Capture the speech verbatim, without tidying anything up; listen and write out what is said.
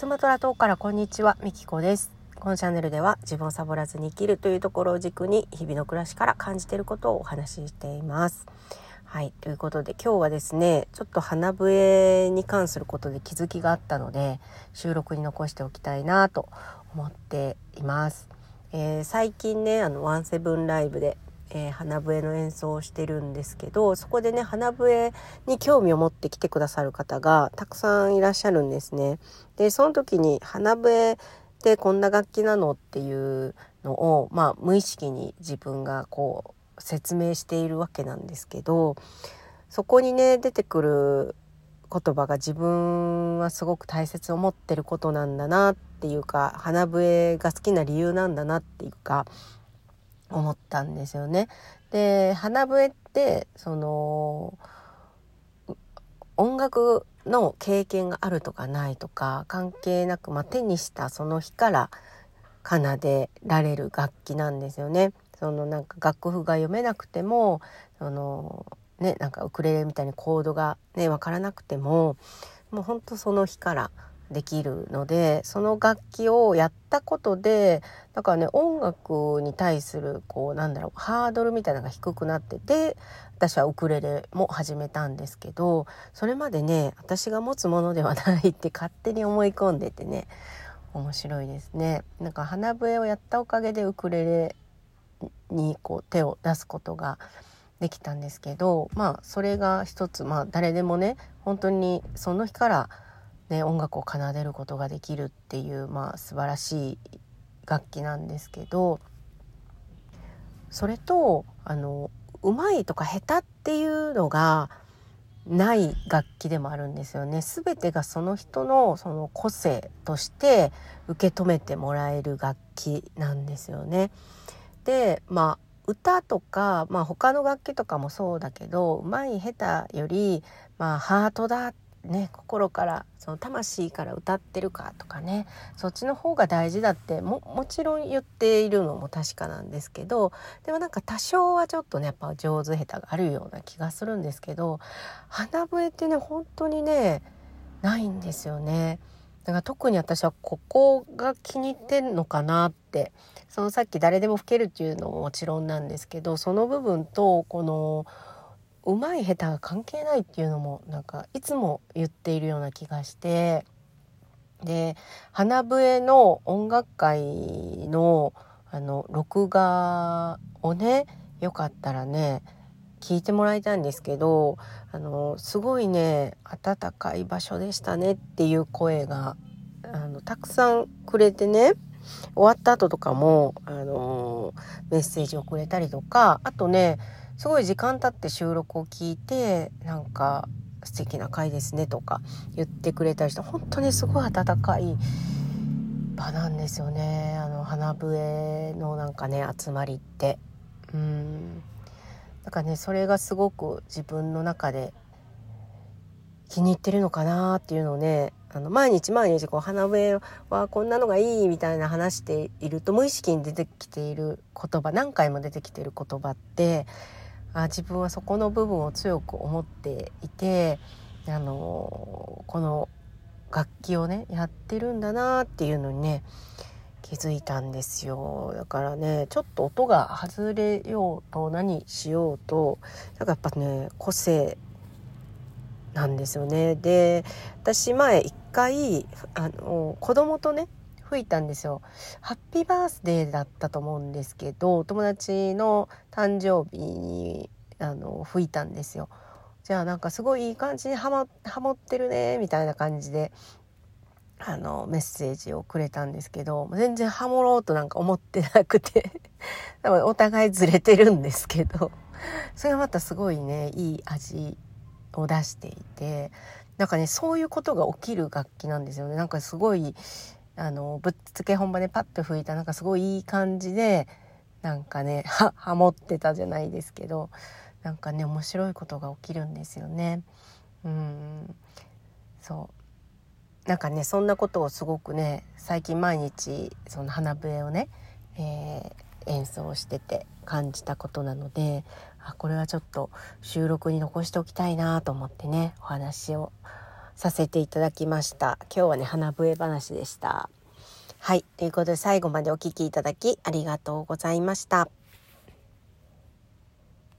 スマトラ島からこんにちは、みきこです。このチャンネルでは自分をサボらずに生きるというところを軸に日々の暮らしから感じていることをお話ししています。はい、ということで今日はですね、ちょっと花笛に関することで気づきがあったので収録に残しておきたいなと思っています。えー、最近ね、あのワンセブンライブでえー、花笛の演奏をしてるんですけど、そこでね花笛に興味を持って来てくださる方がたくさんいらっしゃるんですね。でその時に花笛ってこんな楽器なのっていうのを、まあ、無意識に自分がこう説明しているわけなんですけど、そこにね出てくる言葉が自分はすごく大切に思ってることなんだなっていうか、花笛が好きな理由なんだなっていうか思ったんですよね。で花笛ってその音楽の経験があるとかないとか関係なく、まあ、手にしたその日から奏でられる楽器なんですよね。そのなんか楽譜が読めなくても、そのねなんかウクレレみたいにコードがねわからなくても、もう本当その日からできるので、その楽器をやったことでだからね、音楽に対するこうなんだろうハードルみたいなのが低くなってて、私はウクレレも始めたんですけど、それまでね私が持つものではないって勝手に思い込んでてね、面白いですね。なんか花笛をやったおかげでウクレレにこう手を出すことができたんですけど、まあそれが一つ、まあ誰でもね本当にその日からね、音楽を奏でることができるっていう、まあ、素晴らしい楽器なんですけど、それとあのうまいとか下手っていうのがない楽器でもあるんですよね。全てがその人のその個性として受け止めてもらえる楽器なんですよね。でまあ歌とか、まあ、他の楽器とかもそうだけど、うまい下手より、まあ、ハートだね、心からその魂から歌ってるかとかね、そっちの方が大事だってももちろん言っているのも確かなんですけど、でもなんか多少はちょっとねやっぱ上手下手があるような気がするんですけど、花笛ってね本当にねないんですよね。だから特に私はここが気に入ってんのかなって、そのさっき誰でも吹けるっていうのももちろんなんですけど、その部分とこのうまい下手が関係ないっていうのもなんかいつも言っているような気がして、で花笛の音楽会のあの録画をねよかったらね聞いてもらいたいんですけど、あのすごいね暖かい場所でしたねっていう声があのたくさんくれてね、終わった後とかもあのメッセージをくれたりとか、あとねすごい時間経って収録を聞いてなんか素敵な回ですねとか言ってくれたりして、本当にすごい温かい場なんですよね、あの花笛のなんかね集まりって。うーんだからねそれがすごく自分の中で気に入ってるのかなっていうのをね、あの毎日毎日こう花笛はこんなのがいいみたいな話していると無意識に出てきている言葉、何回も出てきている言葉って、あ自分はそこの部分を強く思っていて、あのこの楽器をねやってるんだなっていうのにね気づいたんですよ。だからねちょっと音が外れようと何しようとだからやっぱね個性なんですよね。で私前一回あの子供とね吹いたんですよ。ハッピーバースデーだったと思うんですけど、お友達の誕生日にあの吹いたんですよ。じゃあなんかすごいいい感じにハモ、ハモってるねみたいな感じであのメッセージをくれたんですけど、全然ハモろうとなんか思ってなくて多分お互いずれてるんですけど、それがまたすごいねいい味を出していて、なんかねそういうことが起きる楽器なんですよね。なんかすごいあのぶっつけ本番でパッと吹いたなんかすごいいい感じでなんかねはハモってたじゃないですけど、なんかね面白いことが起きるんですよね。うんそうなんかねそんなことをすごくね最近毎日その花笛をね、えー、演奏してて感じたことなので、あこれはちょっと収録に残しておきたいなと思ってねお話をさせていただきました。今日はね花笛話でした。はい、ということで最後までお聞きいただきありがとうございました。